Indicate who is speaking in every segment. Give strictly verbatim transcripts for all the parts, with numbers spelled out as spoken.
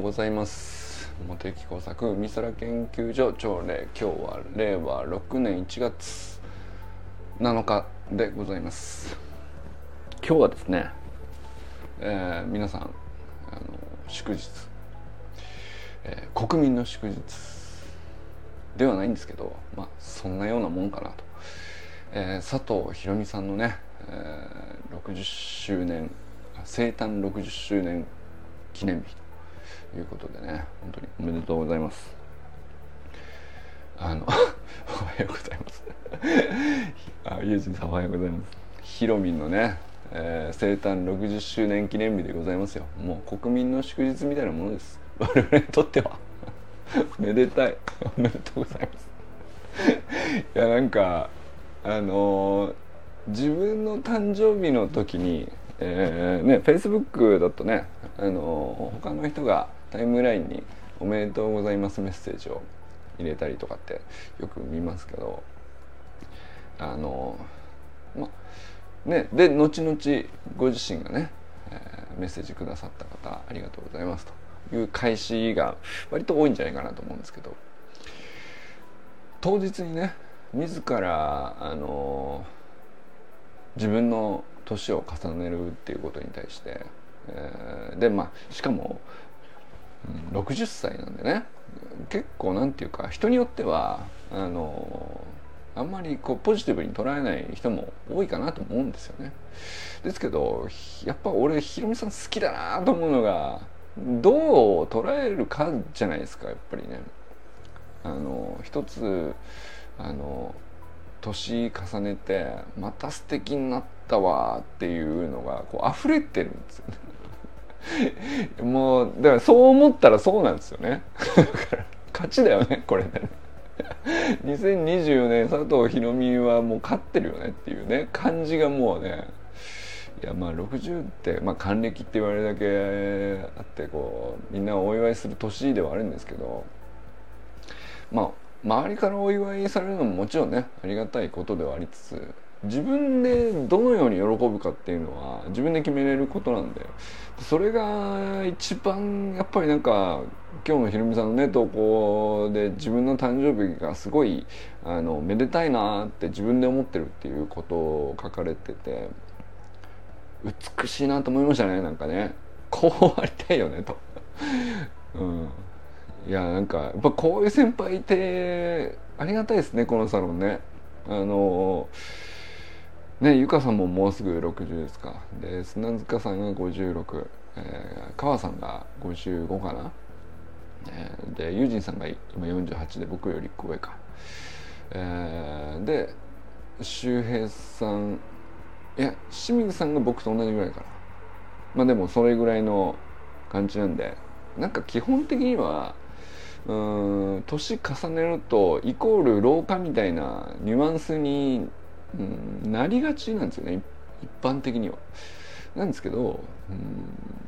Speaker 1: ございます。茂木工作美空研究所朝礼、今日はれいわろくねんいちがつなのかでございます。今日はですね、えー、皆さんあの祝日、えー、国民の祝日ではないんですけど、まあそんなようなもんかなと、えー、佐藤ひろみさんのね、えー、ろくじゅっしゅうねん生誕ろくじゅっしゅうねん記念日ということでね、本当におめでとうございます。あのおはようございますあ、ゆうじんさんおはようございます。ひろみんのね、えー、生誕ろくじゅっしゅうねん記念日でございますよ。もう国民の祝日みたいなものです、我々にとってはめでたい、おめでとうございますいやなんかあのー、自分の誕生日の時にえー、ね、Facebook だとね、あのー、他の人がタイムラインにおめでとうございますメッセージを入れたりとかってよく見ますけど、あのー、まね、で後々ご自身がね、えー、メッセージくださった方ありがとうございますという返しが割と多いんじゃないかなと思うんですけど、当日にね自らあのー、自分の年を重ねるっていうことに対して、えー、でまあしかも、うん、ろくじゅっさいなんでね、結構なんていうか人によってはあのあんまりこうポジティブに捉えない人も多いかなと思うんですよね。ですけどやっぱ俺ひろみさん好きだなと思うのが、どう捉えるかじゃないですか。やっぱりね、あの一つあの年重ねてまた素敵になったわっていうのがこう溢れてるんですよねもうだからそう思ったらそうなんですよねだから勝ちだよねこれでねにせんにじゅうよねん佐藤ひろみはもう勝ってるよねっていうね感じがもうね、いやまあろくじゅうってまあ還暦って言われるだけあってこうみんなお祝いする年ではあるんですけど、まあ周りからお祝いされるのももちろんねありがたいことではありつつ、自分でどのように喜ぶかっていうのは自分で決めれることなんで、それが一番やっぱりなんか今日のひろみさんのね投稿で自分の誕生日がすごいあのめでたいなって自分で思ってるっていうことを書かれてて美しいなと思いましたね。なんかねこうありたいよねとうんいやなんかやっぱこういう先輩いてありがたいですね、このサロンね。あのねゆかさんももうすぐろくじゅうですか。で砂塚さんがごじゅうろく、えー、川さんがごじゅうごかな、えー、でユージンさんが今よんじゅうはちで僕よりいっこ上か、えー、で周平さんいや清水さんが僕と同じぐらいかな。まあでもそれぐらいの感じなんで、なんか基本的にはうーん年重ねるとイコール老化みたいなニュアンスに、うん、なりがちなんですよね、一般的には。なんですけど、うん、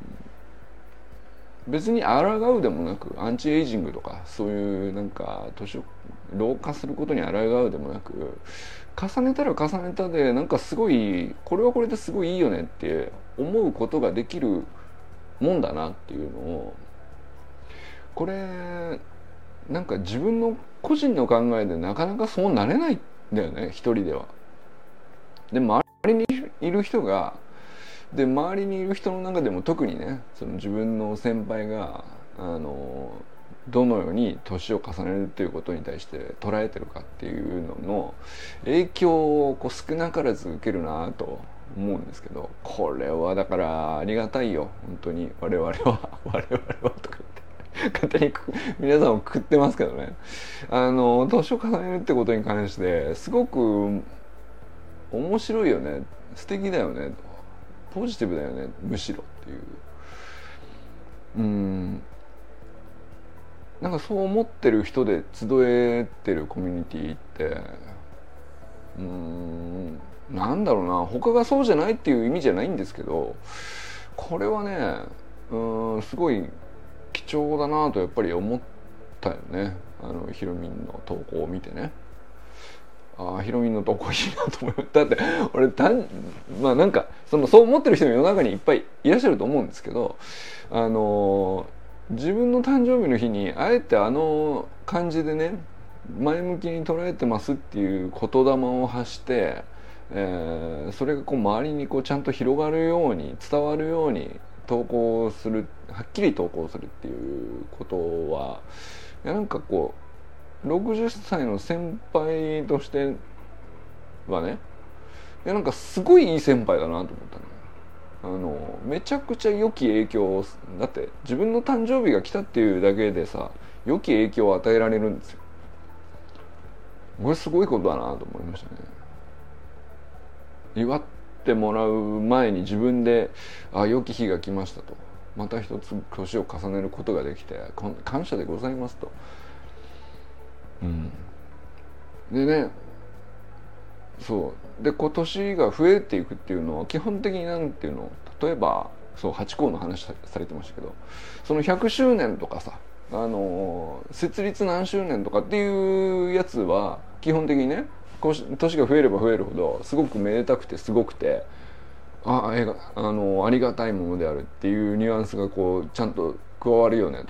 Speaker 1: 別に抗うでもなくアンチエイジングとかそういうなんか年を老化することに抗うでもなく、重ねたら重ねたでなんかすごいこれはこれですごいいいよねって思うことができるもんだなっていうのを、これなんか自分の個人の考えでなかなかそうなれないんだよね、一人では。で周りにいる人がで周りにいる人の中でも特にね、その自分の先輩があのどのように年を重ねるっていうことに対して捉えてるかっていうのの影響をこう少なからず受けるなと思うんですけど、これはだからありがたいよ本当に。我々は我々はとか勝手に皆さんを食ってますけどね、あの年を重ねるってことに関してすごく面白いよね、素敵だよね、ポジティブだよねむしろっていう、うんなんかそう思ってる人で集えてるコミュニティってうんなんだろうな、他がそうじゃないっていう意味じゃないんですけど、これはねうんすごい貴重だなとやっぱり思ったよね。あのひろみんの投稿を見てね、ああひろみんの投稿いいなと思った。だって俺たんまあなんかそのそう思ってる人も世の中にいっぱいいらっしゃると思うんですけど、あの自分の誕生日の日にあえてあの感じでね前向きに捉えてますっていう言霊を発して、えー、それがこう周りにこうちゃんと広がるように伝わるように投稿する、はっきり投稿するっていうことはいやなんかこうろくじゅっさいの先輩としてはねいやなんかすごいいい先輩だなと思ったの。あのめちゃくちゃ良き影響をだって自分の誕生日が来たっていうだけでさ良き影響を与えられるんですよ。これすごいことだなと思いましたね。祝ってもらう前に自分であ良き日が来ましたとまた一つ年を重ねることができて感謝でございますと、うん、でねそうで今年が増えていくっていうのは基本的になんていうの例えばそうハチ公の話されてましたけどそのひゃくしゅうねんとかさあの設立何周年とかっていうやつは基本的にね年が増えれば増えるほどすごくめでたくてすごくてあああのありがたいものであるっていうニュアンスがこうちゃんと加わるよねと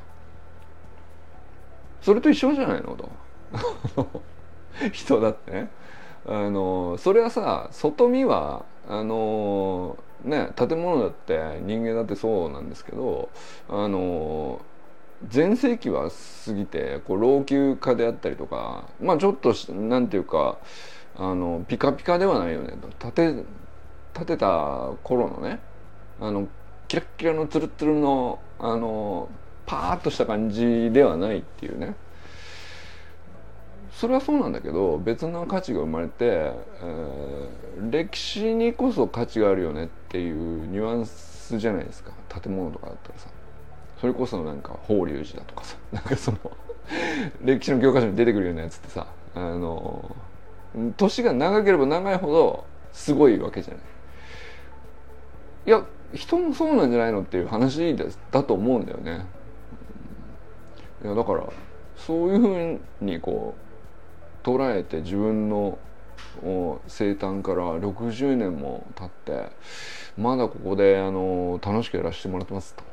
Speaker 1: それと一緒じゃないのと人だってねあのそれはさ外見はあのね建物だって人間だってそうなんですけどあの全盛期は過ぎてこう老朽化であったりとかまあちょっとなんていうかあのピカピカではないよねと建て建てた頃のねあのキラッキラのツルツルのあのパーッとした感じではないっていうねそれはそうなんだけど別の価値が生まれて、えー、歴史にこそ価値があるよねっていうニュアンスじゃないですか建物とかだったらさそれこそなんか法隆寺だとかさなんかその歴史の教科書に出てくるようなやつってさあの年が長ければ長いほどすごいわけじゃない。いや人もそうなんじゃないのっていう話ですだと思うんだよね。いやだからそういうふうにこう捉えて自分の生誕からろくじゅうねんも経ってまだここであの楽しくやらせてもらってますと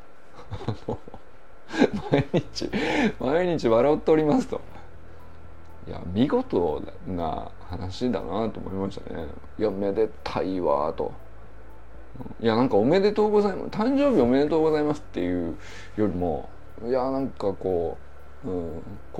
Speaker 1: 毎日毎日笑っておりますといや見事な話だなと思いましたね。いやめでたいわといやなんかおめでとうございます誕生日おめでとうございますっていうよりもいやなんかこう、うん、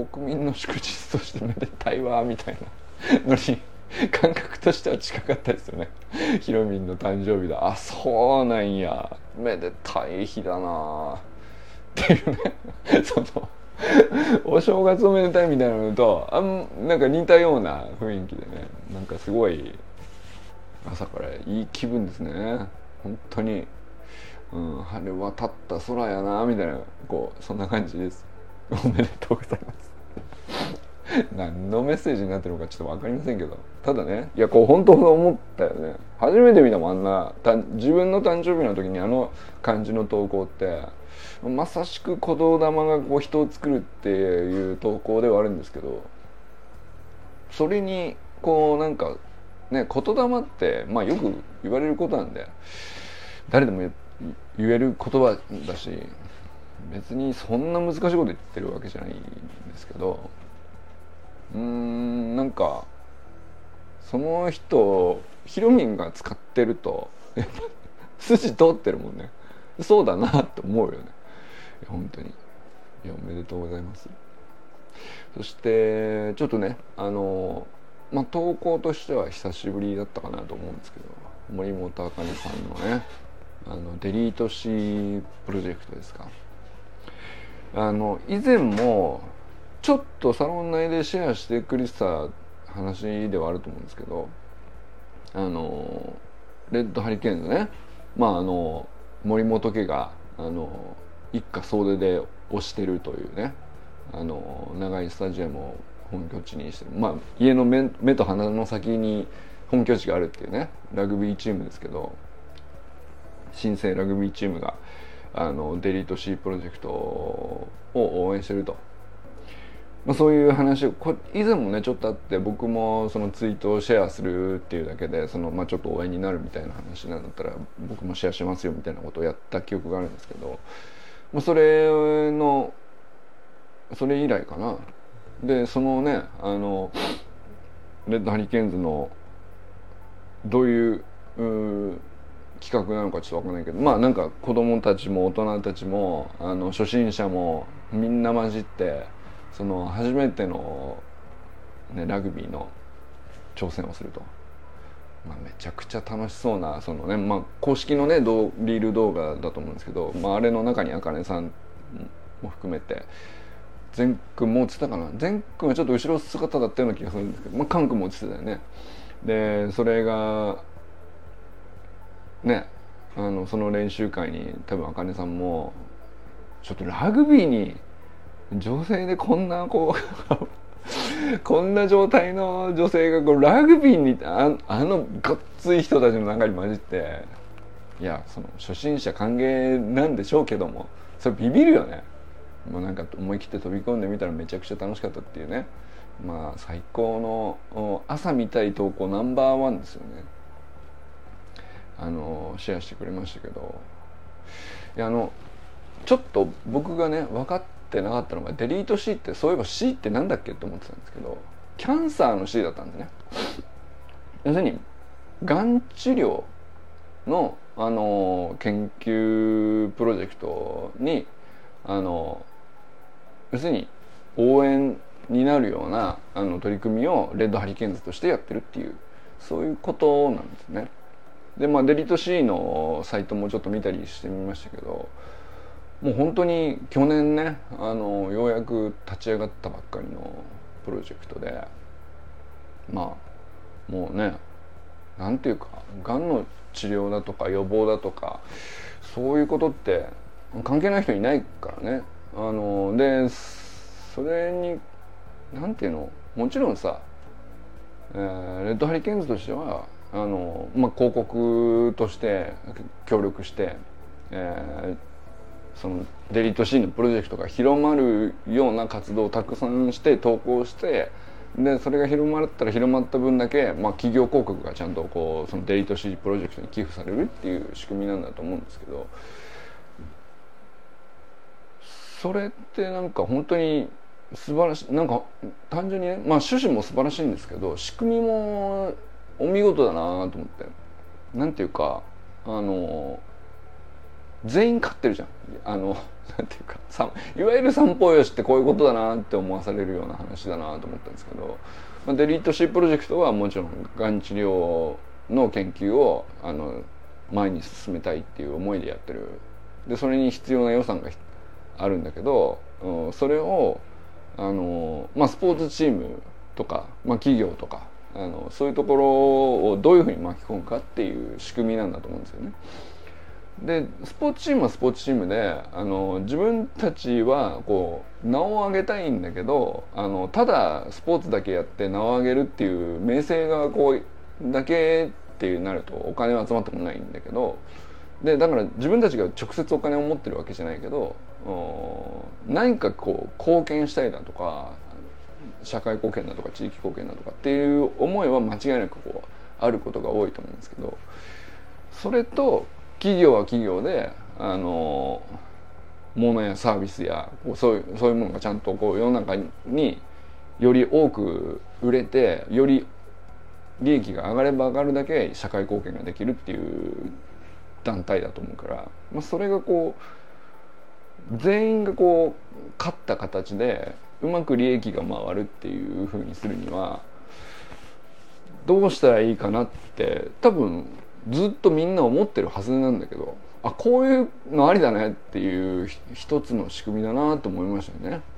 Speaker 1: 国民の祝日としてめでたいわみたいなのに感覚としては近かったですよね。ひろみんの誕生日だあそうなんやめでたい日だなっていうねそのお正月おめでたいみたいなのとあんなんか似たような雰囲気でねなんかすごい朝からいい気分ですね本当に、うん、晴れ渡った空やなみたいなこうそんな感じです。おめでとうございます何のメッセージになってるのかちょっと分かりませんけどただねいやこう本当に思ったよね。初めて見たもんあんな自分の誕生日の時にあの感じの投稿ってまさしく鼓動玉がこう人を作るっていう投稿ではあるんですけどそれにこうなんかね言霊ってまあよく言われることなんで誰でも言える言葉だし別にそんな難しいこと言ってるわけじゃないんですけどうーんなんかその人ヒロミンが使ってるとやっぱ筋通ってるもんね。そうだなって思うよね。いや本当にいやおめでとうございます。そしてちょっとねあのまあ投稿としては久しぶりだったかなと思うんですけど森本あかねさんのねあのデリートシープロジェクトですか。あの以前もちょっとサロン内でシェアしてくれてた話ではあると思うんですけどあのレッドハリケーンズねまああの森本家があの一家総出で推してるというねあの長いスタジアムを本拠地にしてるまあ家の 目, 目と鼻の先に本拠地があるっていうねラグビーチームですけど新生ラグビーチームがあのデリート C プロジェクトを応援してると、まあ、そういう話をこ以前もねちょっとあって僕もそのツイートをシェアするっていうだけでその、まあ、ちょっと応援になるみたいな話なんだったら僕もシェアしますよみたいなことをやった記憶があるんですけどまあ、それのそれ以来かな。でそのねあのレッドハリケーンズのどういう、う企画なのかちょっと分かんないけど、まあなんか子供たちも大人たちもあの初心者もみんな混じってその初めての、ね、ラグビーの挑戦をすると、まあ、めちゃくちゃ楽しそうなそのね、まあ、公式のねリール動画だと思うんですけど、まあ、あれの中にあかねさんも含めて善くんも映ってたかな。善くんはちょっと後ろ姿だったような気がするんですけど、まあ、カンくんも映ってたよね。でそれがねあのその練習会に多分あかねさんもちょっとラグビーに女性でこんなこうこんな状態の女性がこうラグビーに あ, あのごっつい人たちの中に混じって、いやその初心者歓迎なんでしょうけどもそれビビるよね。もうなんか思い切って飛び込んでみたらめちゃくちゃ楽しかったっていうね、まあ最高の朝見たい投稿ナンバーワンですよね。あのシェアしてくれましたけど、いやあのちょっと僕がね分かってなかったのがデリート C ってそういえば C ってなんだっけって思ってたんですけど、キャンサーの C だったんですね。要するにがん治療の、あの研究プロジェクトにあの要するに応援になるようなあの取り組みをレッドハリケーンズとしてやってるっていうそういうことなんですね。でまあデリート C のサイトもちょっと見たりしてみましたけど、もう本当に去年ねあのようやく立ち上がったばっかりのプロジェクトで、まあもうねなんていうかがんの治療だとか予防だとかそういうことって関係ない人いないからね。あのでそれになんていうのもちろんさ、えー、レッドハリケーンズとしてはあの、まあ、広告として協力して、えー、そのデリート C のプロジェクトが広まるような活動をたくさんして投稿して、でそれが広まったら広まった分だけ、まあ、企業広告がちゃんとこうそのデリート C プロジェクトに寄付されるっていう仕組みなんだと思うんですけど、それってなんか本当に素晴らしい。なんか単純にね、まあ趣旨も素晴らしいんですけど仕組みもお見事だなと思って、なんていうかあの全員勝ってるじゃん。あのなんていうかさいわゆる散歩よしってこういうことだなって思わされるような話だなと思ったんですけど、まあ、デリート C プロジェクトはもちろんがん治療の研究をあの前に進めたいっていう思いでやってる。でそれに必要な予算があるんだけど、うん、それをあの、まあ、スポーツチームとか、まあ、企業とかあのそういうところをどういうふうに巻き込むかっていう仕組みなんだと思うんですよね。でスポーツチームはスポーツチームであの自分たちはこう名を上げたいんだけど、あのただスポーツだけやって名を上げるっていう名声がこうだけってなるとお金は集まってこないんだけど、でだから自分たちが直接お金を持ってるわけじゃないけど何かこう貢献したいだとか社会貢献だとか地域貢献だとかっていう思いは間違いなくこうあることが多いと思うんですけど、それと企業は企業であの物やサービスやこうそういうそういうものがちゃんとこう世の中により多く売れてより利益が上がれば上がるだけ社会貢献ができるっていう団体だと思うから、まあ、それがこう全員がこう勝った形でうまく利益が回るっていう風にするにはどうしたらいいかなって多分ずっとみんな思ってるはずなんだけど、あこういうのありだねっていう一つの仕組みだなと思いましたよね。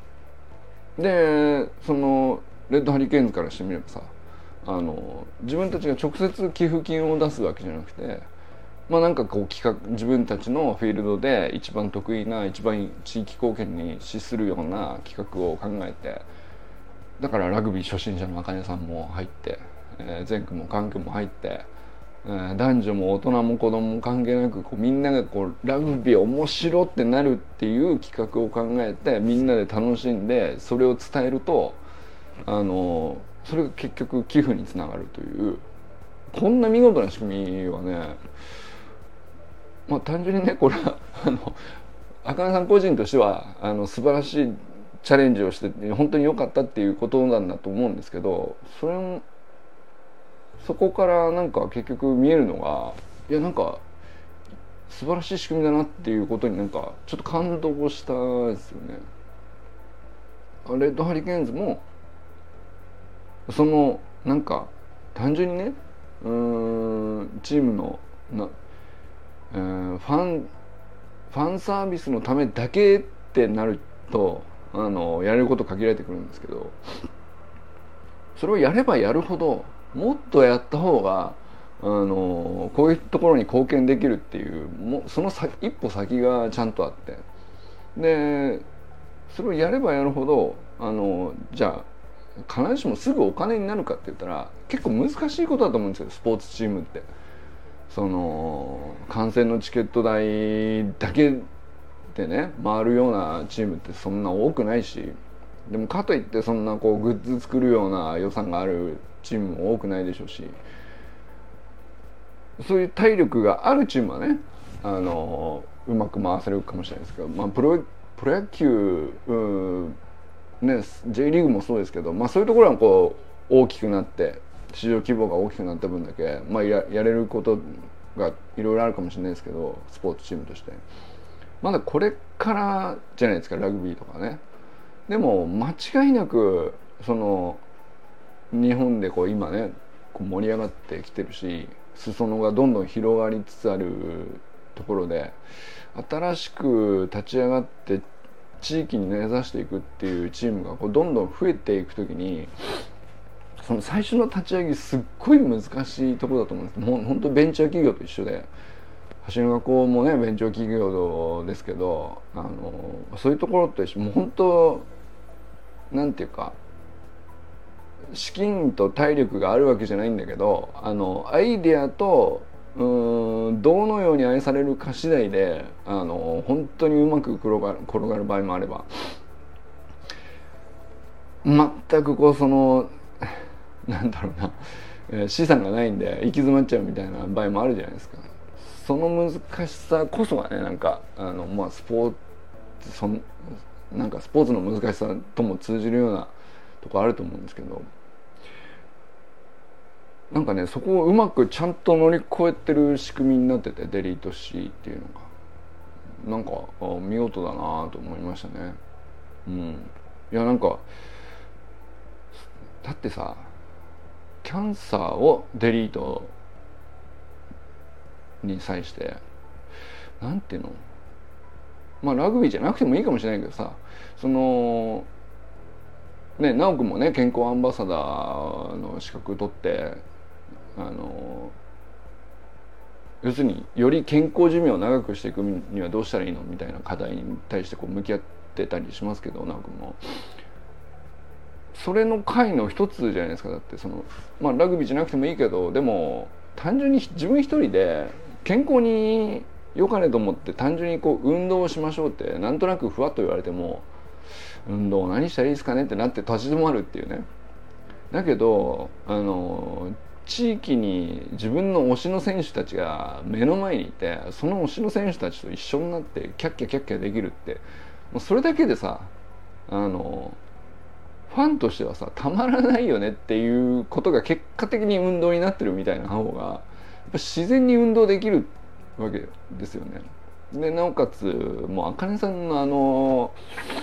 Speaker 1: でそのレッドハリケーンズからしてみればさあの自分たちが直接寄付金を出すわけじゃなくて、まあなんかこう企画自分たちのフィールドで一番得意な一番地域貢献に資するような企画を考えて、だからラグビー初心者のあかねさんも入って、えー、善くんもカンくんも入って、えー、男女も大人も子供も関係なくこうみんながこうラグビー面白ってなるっていう企画を考えてみんなで楽しんでそれを伝えるとあのそれが結局寄付につながるというこんな見事な仕組みはね、まあ単純にねこれはあの茜さん個人としてはあの素晴らしいチャレンジをして本当に良かったっていうことなんだと思うんですけど、それもそこからなんか結局見えるのが、いやなんか素晴らしい仕組みだなっていうことになんかちょっと感動したですよね。レッドハリケーンズもそのなんか単純にね、うーんチームのな、えー、ファンファンサービスのためだけってなるとあのやれること限られてくるんですけど、それをやればやるほどもっとやった方があのこういうところに貢献できるっていうもその先一歩先がちゃんとあって、でそれをやればやるほどあのじゃあ必ずしもすぐお金になるかって言ったら結構難しいことだと思うんですよ、スポーツチームって。その観戦のチケット代だけでね回るようなチームってそんな多くないし、でもかといってそんなこうグッズ作るような予算があるチームも多くないでしょうし、そういう体力があるチームはねあのうまく回せるかもしれないですけど、まあ、プロプロ野球、ね、J リーグもそうですけど、まあ、そういうところはこう大きくなって市場規模が大きくなった分だけ、まあ、や, やれることがいろいろあるかもしれないですけど、スポーツチームとしてまだこれからじゃないですか、ラグビーとかね。でも間違いなくその日本でこう今ねこう盛り上がってきてるし、裾野がどんどん広がりつつあるところで、新しく立ち上がって地域に根ざしていくっていうチームがこうどんどん増えていくときに、その最初の立ち上げすっごい難しいところだと思うんです。もう本当ベンチャー企業と一緒で、橋の学校もねベンチャー企業ですけど、あのそういうところと一緒、もう本当なんていうか資金と体力があるわけじゃないんだけど、あのアイデアとうーんどのように愛されるか次第であの本当にうまく転がる、転がる場合もあれば、全くこうそのなんだろうな、えー、資産がないんで行き詰まっちゃうみたいな場合もあるじゃないですか。その難しさこそがね、なんかあの、まあ、スポーツそんなんかスポーツの難しさとも通じるようなとこあると思うんですけど、なんかねそこをうまくちゃんと乗り越えてる仕組みになってて、デリート C っていうのがなんか見事だなと思いましたね。うん、いやなんかだってさ、キャンサーをデリートに際してなんていうの、まあラグビーじゃなくてもいいかもしれないけどさ、そのね直くんもね健康アンバサダーの資格取って、あの要するにより健康寿命を長くしていくにはどうしたらいいのみたいな課題に対してこう向き合ってたりしますけど、直くんもそれの回の一つじゃないですか。だってその、まあ、ラグビーじゃなくてもいいけど、でも単純に自分一人で健康に良かれと思って単純にこう運動をしましょうってなんとなくふわっと言われても、運動何したらいいですかねってなって立ち止まるっていうね。だけどあの地域に自分の推しの選手たちが目の前にいて、その推しの選手たちと一緒になってキャッキャキャッキャできるって、もうそれだけでさ、あのファンとしてはさたまらないよねっていうことが結果的に運動になってるみたいな方がやっぱ自然に運動できるわけですよね。でなおかつもうあかねさんのあの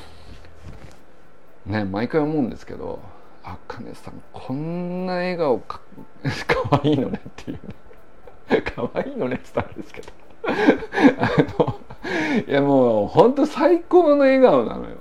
Speaker 1: ね毎回思うんですけど、あかねさんこんな笑顔かかわいいのねっていうかわいいのねって言ったんですけどあのいやもうほんと最高の笑顔なのよ。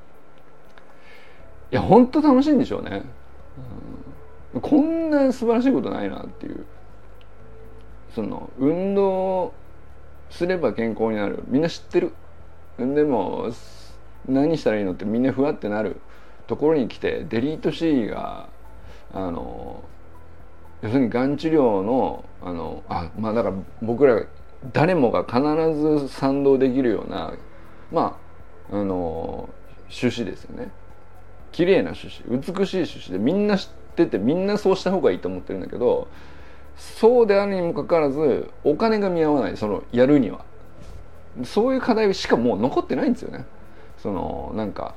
Speaker 1: いや本当楽しいんでしょうね、うん、こんな素晴らしいことないなっていう。その運動すれば健康になる、みんな知ってる。でも何したらいいのってみんなふわってなるところに来て、デリート C があの要するにがん治療のあのあまあだから僕ら誰もが必ず賛同できるようなまああの趣旨ですよね。綺麗な趣旨、美しい趣旨でみんな知ってて、みんなそうした方がいいと思ってるんだけど、そうであるにもかかわらずお金が見合わない、そのやるには。 そういう課題しかもう残ってないんですよね。そのなんか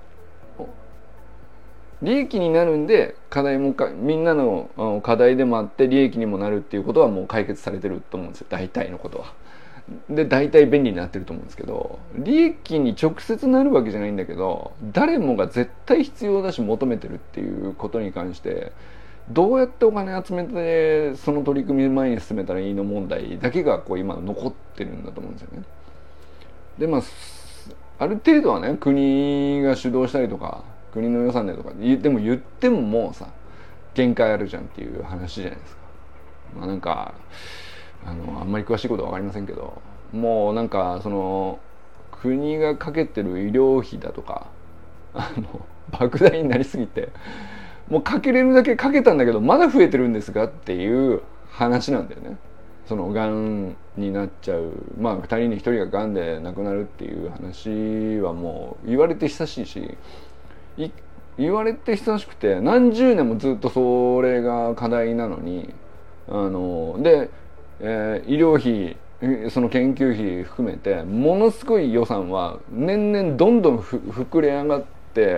Speaker 1: 利益になるんで課題もかみんなの課題でもあって利益にもなるっていうことはもう解決されてると思うんですよ、大体のことは。で大体便利になってると思うんですけど、利益に直接なるわけじゃないんだけど誰もが絶対必要だし求めてるっていうことに関してどうやってお金集めてその取り組み前に進めたらいいの問題だけがこう今残ってるんだと思うんですよね。でまあある程度はね国が主導したりとか国の予算でとかでも言ってももうさ限界あるじゃんっていう話じゃないですか。まあなんかあのあんまり詳しいことは分かりませんけど、もうなんかその国がかけてる医療費だとかあの莫大になりすぎてもうかけれるだけかけたんだけどまだ増えてるんですがっていう話なんだよね。そのがんになっちゃう、まあふたりにひとりががんで亡くなるっていう話はもう言われて久しいしい言われて久しくて何十年もずっとそれが課題なのにあので、えー、医療費その研究費含めてものすごい予算は年々どんどんふ膨れ上がって、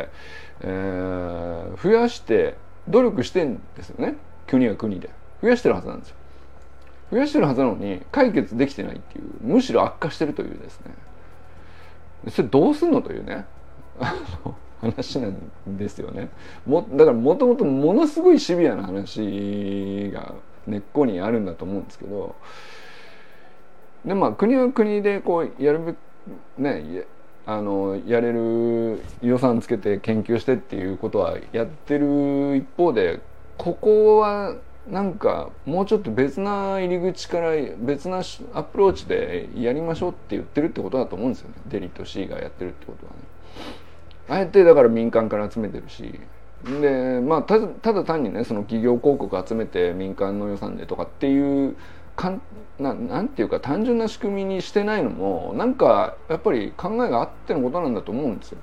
Speaker 1: えー、増やして努力してんですよね。国は国で増やしてるはずなんですよ。増やしてるはずなのに解決できてないっていう、むしろ悪化してるというですね、それどうすんのというね話なんですよね。もだからもともとものすごいシビアな話が根っこにあるんだと思うんですけど、でまあ国は国でこうやるべきねあのやれる予算つけて研究してっていうことはやってる一方で、ここはなんかもうちょっと別な入り口から別なアプローチでやりましょうって言ってるってことだと思うんですよね。デリと C がやってるってことはね。あえてだから民間から集めてるし、でまあただただ単にねその企業広告集めて民間の予算でとかっていうかん な, なんていうか単純な仕組みにしてないのもなんかやっぱり考えがあってのことなんだと思うんですよ。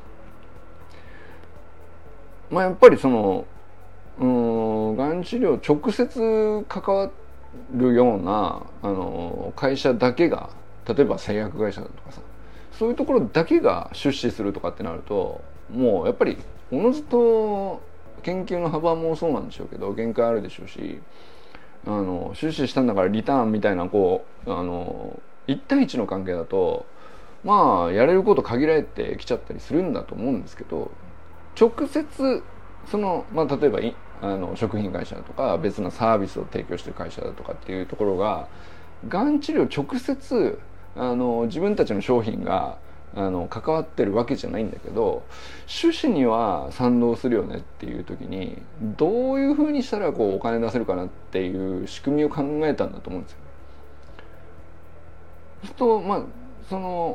Speaker 1: まあやっぱりそのうんがん治療直接関わるようなあの会社だけが、例えば製薬会社だとかさ、そういうところだけが出資するとかってなるともうやっぱりおのずと研究の幅もそうなんでしょうけど限界あるでしょうし、あの出資したんだからリターンみたいなこうあのいち対いちの関係だとまあやれること限られてきちゃったりするんだと思うんですけど、直接その、まあ、例えばあの食品会社だとか別なサービスを提供してる会社だとかっていうところががん治療直接あの自分たちの商品があの関わってるわけじゃないんだけど趣旨には賛同するよねっていう時にどういうふうにしたらこうお金出せるかなっていう仕組みを考えたんだと思うんですよ。そうするとまあその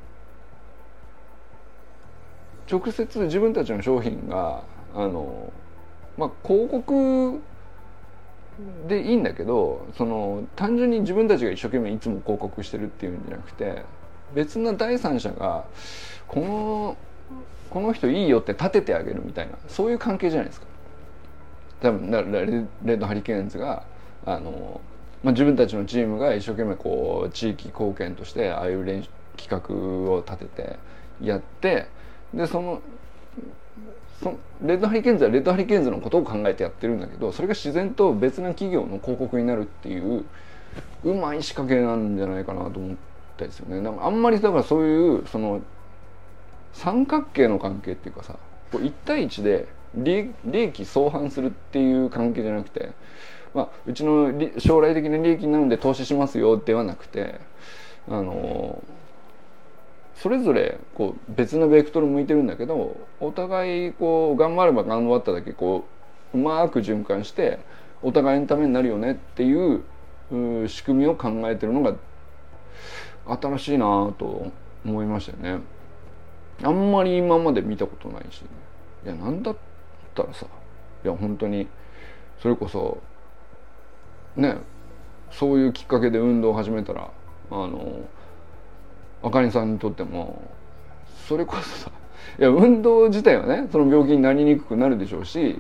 Speaker 1: 直接自分たちの商品があの、まあ、広告でいいんだけどその単純に自分たちが一生懸命いつも広告してるっていうんじゃなくて別な第三者がこのこの人いいよって立ててあげるみたいなそういう関係じゃないですか。多分レッドハリケーンズがあの、まあ、自分たちのチームが一生懸命こう地域貢献としてああいう練企画を立ててやってでそのそレッドハリケーンズはレッドハリケーンズのことを考えてやってるんだけどそれが自然と別な企業の広告になるっていううまい仕掛けなんじゃないかなと思ったですよね。だからあんまりだからそういうその三角形の関係っていうかさこういち対いちで利益相反するっていう関係じゃなくて、まあ、うちの将来的な利益になるんで投資しますよではなくてあのそれぞれこう別のベクトル向いてるんだけどお互いこう頑張れば頑張っただけこううまく循環してお互いのためになるよねっていう仕組みを考えてるのが新しいなと思いましたよね。あんまり今まで見たことないし、いやなんだったらさいや本当にそれこそねそういうきっかけで運動を始めたらあのあかりさんにとってもそれこそさいや運動自体はねその病気になりにくくなるでしょうし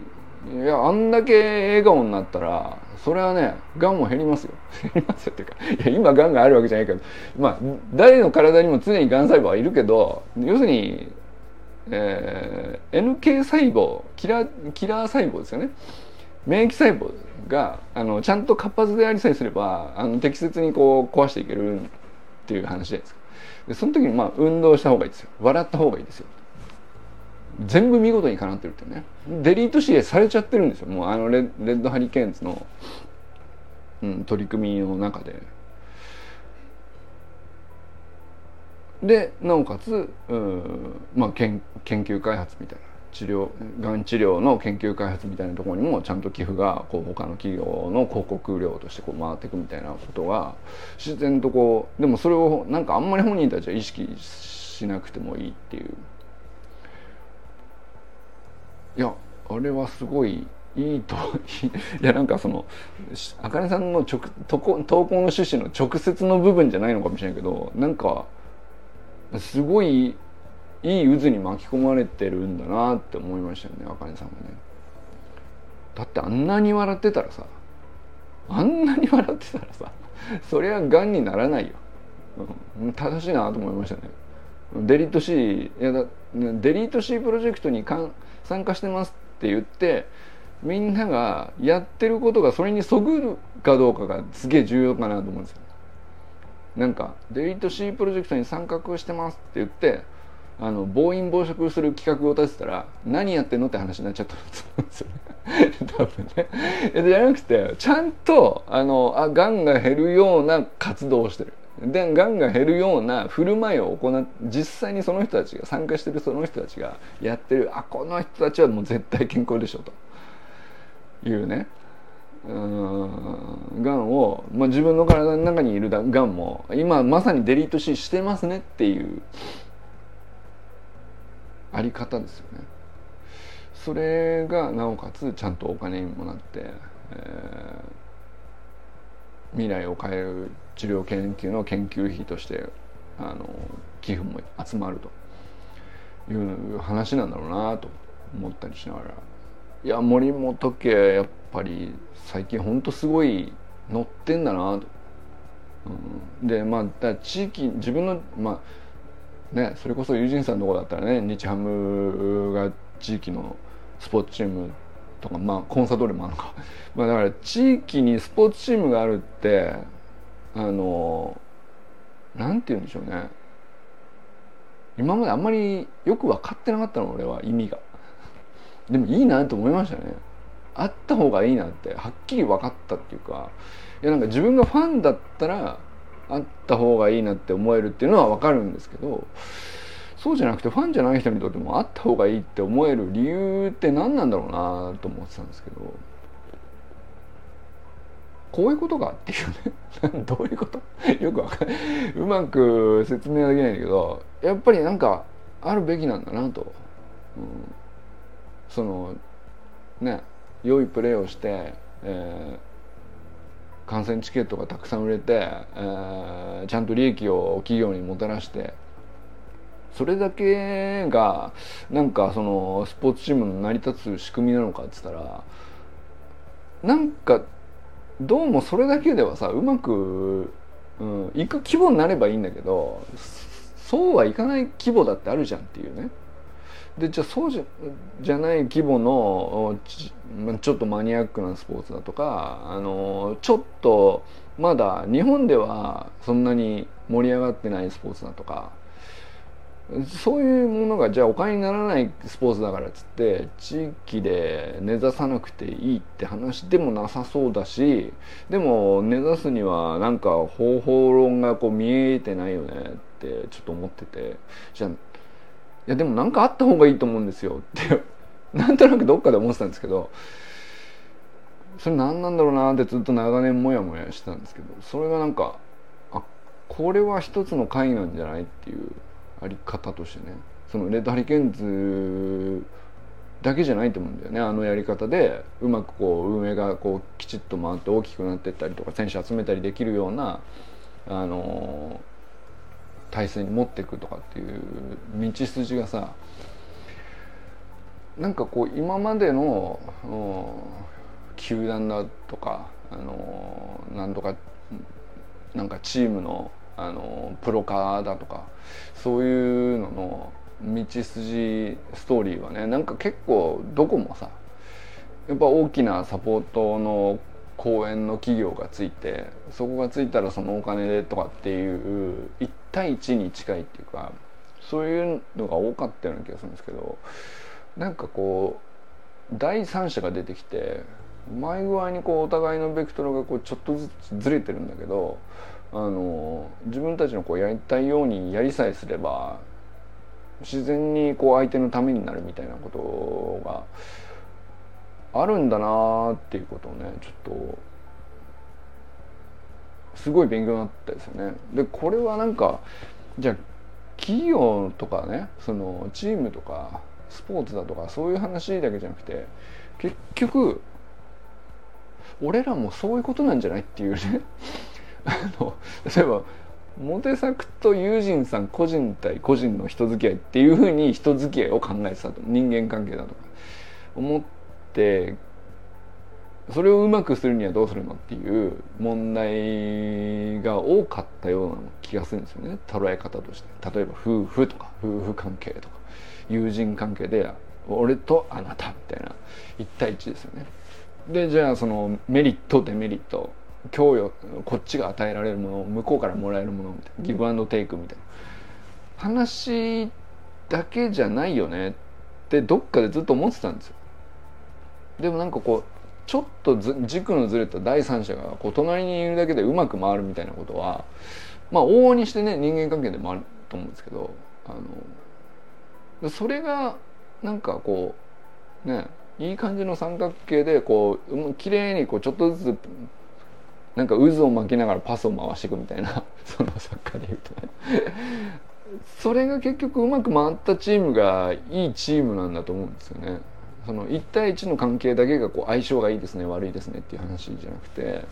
Speaker 1: いやあんだけ笑顔になったらそれはねがんも減りますよ減りますよっていうか、いや今がんがあるわけじゃないけど、まあ誰の体にも常にがん細胞はいるけど、要するに、えー、エヌケー 細胞キラーキラー細胞ですよね。免疫細胞があのちゃんと活発でありさえすればあの適切にこう壊していけるっていう話じゃないですか。でその時にまあ運動した方がいいですよ、笑った方がいいですよ。全部見事にかなってるってね。デリート指令されちゃってるんですよ、もうあのレレッドハリケーンズの、うん、取り組みの中で。でなおかつ、うん、まあ研研究開発みたいな治療がん治療の研究開発みたいなところにもちゃんと寄付がこう他の企業の広告料としてこう回っていくみたいなことが自然とこう、でもそれをなんかあんまり本人たちは意識しなくてもいいっていう。いやあれはすごいいいといやなんかそのあかねさんの直投稿の趣旨の直接の部分じゃないのかもしれないけど、なんかすごいいい渦に巻き込まれてるんだなって思いましたよね、あかねさんはね。だってあんなに笑ってたらさあんなに笑ってたらさそりゃがんにならないよ、うん、正しいなと思いましたね。デリート C いやだデリート C プロジェクトにかん参加してますって言ってみんながやってることがそれにそぐるかどうかがすげえ重要かなと思うんですよ。なんかデリート C プロジェクトに参画してますって言ってあの暴飲暴食する企画を立てたら何やってんのって話になっちゃったと思うんですよね多分ね。じゃなくてちゃんとあのあがんが減るような活動をしてる。でがんが減るような振る舞いを行っ実際にその人たちが参加してるその人たちがやってる、あこの人たちはもう絶対健康でしょというね、うーんがんを、まあ、自分の体の中にいるがんも今まさにデリート C してますねっていうあり方ですよね。それがなおかつちゃんとお金にもなって、えー、未来を変える治療研究の研究費としてあの寄付も集まるという話なんだろうなと思ったりしながら、いや森本家やっぱり最近ほんとすごい乗ってんだなと、うん、でまあ地域自分のまあねそれこそ友人さんのとこだったらね日ハムが地域のスポーツチームとかまあコンサドーレもあるのかまあだから地域にスポーツチームがあるってあのなんて言うんでしょうね、今まであんまりよく分かってなかったの俺は意味が。でもいいなと思いましたね。あった方がいいなってはっきり分かったっていうか、いやなんか自分がファンだったらあった方がいいなって思えるっていうのは分かるんですけど、そうじゃなくてファンじゃない人にとってもあった方がいいって思える理由って何なんだろうなと思ってたんですけど、こういうことかっていうねどういうことよくわかんないうまく説明はできないんだけど、やっぱりなんかあるべきなんだなと、うん、そのね良いプレーをして、えー、観戦チケットがたくさん売れて、えー、ちゃんと利益を企業にもたらしてそれだけがなんかそのスポーツチームの成り立つ仕組みなのかって言ったらなんかどうもそれだけではさうまく、うん、いく規模になればいいんだけどそうはいかない規模だってあるじゃんっていうね。でじゃあそうじゃ、じゃない規模のちちょっとマニアックなスポーツだとかあのちょっとまだ日本ではそんなに盛り上がってないスポーツだとかそういうものがじゃあお金にならないスポーツだからっつって地域で根ざさなくていいって話でもなさそうだし、でも根ざすにはなんか方法論がこう見えてないよねってちょっと思ってて、じゃあいやでもなんかあった方がいいと思うんですよってなんとなくどっかで思ってたんですけど、それ何なんだろうなってずっと長年モヤモヤしてたんですけど、それがなんかあこれは一つの会なんじゃないっていうあり方としてね、そのレッドハリケーンズだけじゃないと思うんだよね。あのやり方でうまくこう運営がこうきちっと回って大きくなっていったりとか選手集めたりできるようなあの体制に持っていくとかっていう道筋がさなんかこう今までの、うん、球団だとか、あのなんとかなんかチームの、あのプロ化だとかそういうのの道筋ストーリーはね、なんか結構どこもさ、やっぱ大きなサポートの公園の企業がついて、そこがついたらそのお金でとかっていういち対いちに近いっていうか、そういうのが多かったような気がするんですけど、なんかこう第三者が出てきて前具合にこうお互いのベクトルがこうちょっとずつずれてるんだけど、あの自分たちのこうやりたいようにやりさえすれば自然にこう相手のためになるみたいなことがあるんだなーっていうことをね、ちょっとすごい勉強になったですよね。でこれはなんかじゃあ企業とかね、そのチームとかスポーツだとかそういう話だけじゃなくて、結局俺らもそういうことなんじゃないっていうねあの例えばモテ作と友人さん個人対個人の人付き合いっていうふうに人付き合いを考えてたと、人間関係だとか思って、それをうまくするにはどうするのっていう問題が多かったような気がするんですよね、捉え方として。例えば夫婦とか夫婦関係とか友人関係で俺とあなたみたいないち対いちですよね。でじゃあそのメリットデメリット、供与、こっちが与えられるもの向こうからもらえるものみたいな、ギブアンドテイクみたいな話だけじゃないよねってどっかでずっと思ってたんですよ。でもなんかこうちょっとず軸のずれた第三者がこう隣にいるだけでうまく回るみたいなことは、まあ往々にしてね人間関係でもあると思うんですけど、あのそれがなんかこうね、いい感じの三角形でこう綺麗にこうちょっとずつなんか渦を巻きながらパスを回していくみたいなそのサッカーでいうとねそれが結局うまく回ったチームがいいチームなんだと思うんですよね。そのいち対いちの関係だけがこう相性がいいですね悪いですねっていう話じゃなくて、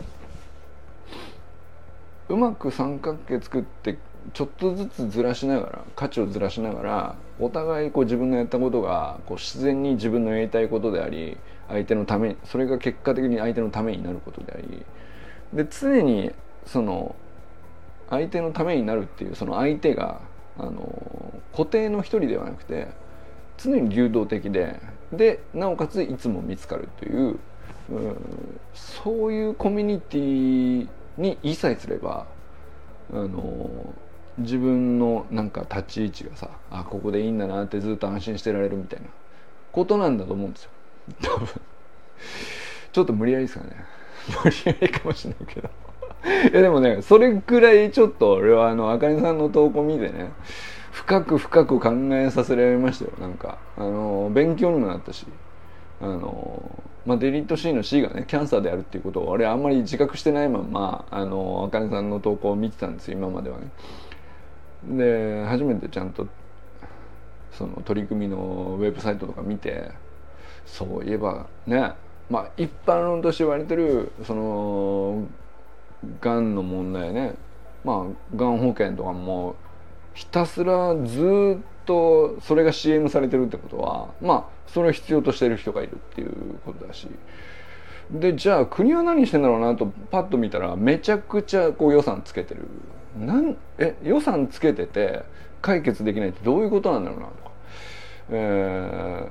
Speaker 1: うまく三角形作ってちょっとずつずらしながら価値をずらしながらお互いこう自分のやったことがこう自然に自分のやりたいことであり、相手のためにそれが結果的に相手のためになることであり、で常にその相手のためになるっていうその相手があの固定の一人ではなくて常に流動的ででなおかついつも見つかるという、うん、そういうコミュニティにいさえすればあの自分のなんか立ち位置がさ、あここでいいんだなってずっと安心してられるみたいなことなんだと思うんですよ多分ちょっと無理やりですかね無理やりかもしれないけどいやでもね、それくらいちょっと俺はあのあかねさんの投稿見てね、深く深く考えさせられましたよ。なんかあの勉強にもなったし、あのまあデリート C の C がねキャンサーであるっていうことを俺あんまり自覚してないままあのあかねさんの投稿を見てたんですよ今まではね。で初めてちゃんとその取り組みのウェブサイトとか見て、そういえばね、まあ一般論として言われてるそのがんの問題ね、まあがん保険とかもひたすらずっとそれが シーエム されてるってことは、まあそれを必要としてる人がいるっていうことだし、でじゃあ国は何してんだろうなとパッと見たらめちゃくちゃこう予算つけてる。なんえ予算つけてて解決できないってどういうことなんだろうなとか、え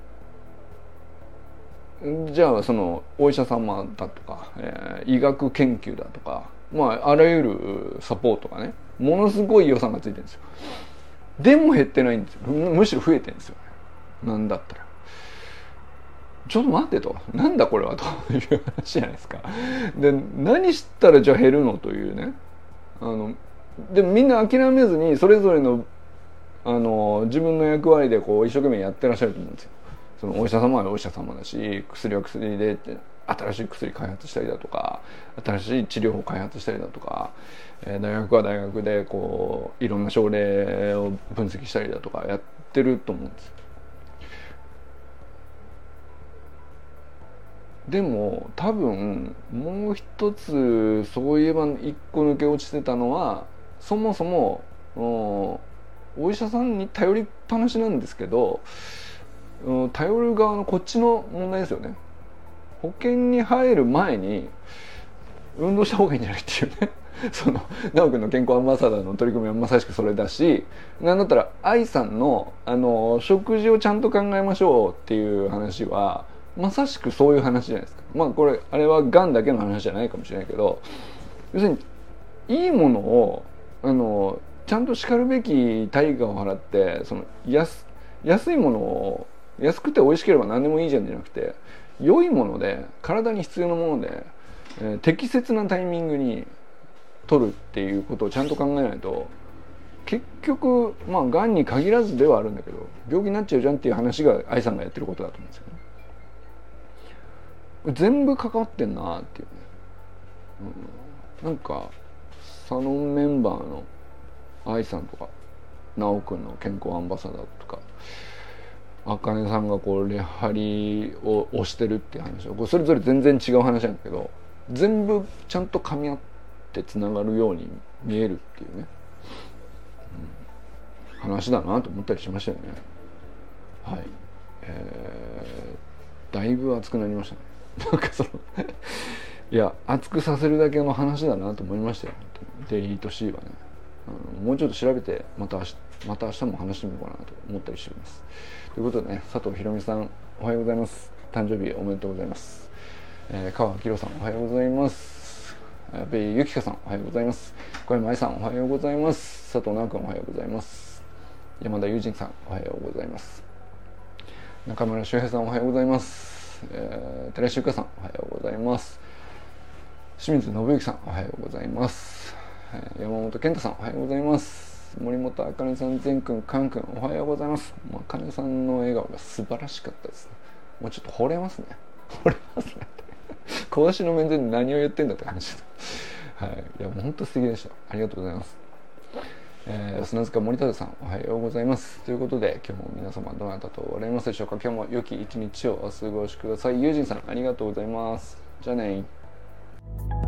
Speaker 1: ー、じゃあそのお医者様だとか、えー、医学研究だとか、まああらゆるサポートがねものすごい予算がついてるんですよ。でも減ってないんですよ。むしろ増えてるんですよ。なんだったらちょっと待ってと、なんだこれはという話じゃないですか。で何したらじゃあ減るのというね、あのでもみんな諦めずにそれぞれのあの自分の役割でこう一生懸命やってらっしゃると思うんですよ。そのお医者様はお医者様だし、薬は薬で新しい薬開発したりだとか、新しい治療法開発したりだとか、大学は大学でこういろんな症例を分析したりだとかやってると思うんですよ。でも多分もう一つそういえば一個抜け落ちてたのは、そもそもお医者さんに頼りっぱなしなんですけど、 うん、頼る側のこっちの問題ですよね。保険に入る前に運動した方がいいんじゃないっていうねその直くんの健康アンバサダーの取り組みはまさしくそれだし、なんだったら愛さんのあの食事をちゃんと考えましょうっていう話はまさしくそういう話じゃないですか。まあこれあれはがんだけの話じゃないかもしれないけど、要するにいいものをあのちゃんとしかるべき対価を払って、その 安, 安いものを安くて美味しければ何でもいいじゃんじゃなくて、良いもので体に必要なもので、えー、適切なタイミングに取るっていうことをちゃんと考えないと、結局まあがんに限らずではあるんだけど病気になっちゃうじゃんっていう話が愛さんがやってることだと思うんですよね。全部関わってんなっていうね、うん、なんかサロンメンバーの愛さんとか直くんの健康アンバサダーとかあかねさんがこうレハリを推してるっていう話はこれそれぞれ全然違う話なんだけど、全部ちゃんと噛み合ってつながるように見えるっていうね、うん、話だなと思ったりしましたよね。はい、えー、だいぶ熱くなりましたねなんかそのいや熱くさせるだけの話だなと思いましたよ。デリート C はね、あのもうちょっと調べてまた明日また明日も話してみようかなと思ったりしています。ということでね、佐藤ひろみさんおはようございます。誕生日おめでとうございます。えー、川明さんおはようございます。阿部ゆきかさんおはようございます。小山愛さんおはようございます。佐藤直君おはようございます。山田友人さんおはようございます。中村修平さんおはようございます。えー、寺石ゆかさんおはようございます。清水信之さんおはようございます。えー、山本健太さんおはようございます。森本あかねさん、善くん、かんくんおはようございます。もうあかねさんの笑顔が素晴らしかったですね。もうちょっと惚れますね惚れますね講師の面前で何を言ってんだって話ですはい、いやもう本当素敵でした。ありがとうございます。えー、砂塚森田さんおはようございます。ということで今日も皆様どなたとおられますでしょうか。今日も良き一日をお過ごしください。友人さんありがとうございます。じゃあね。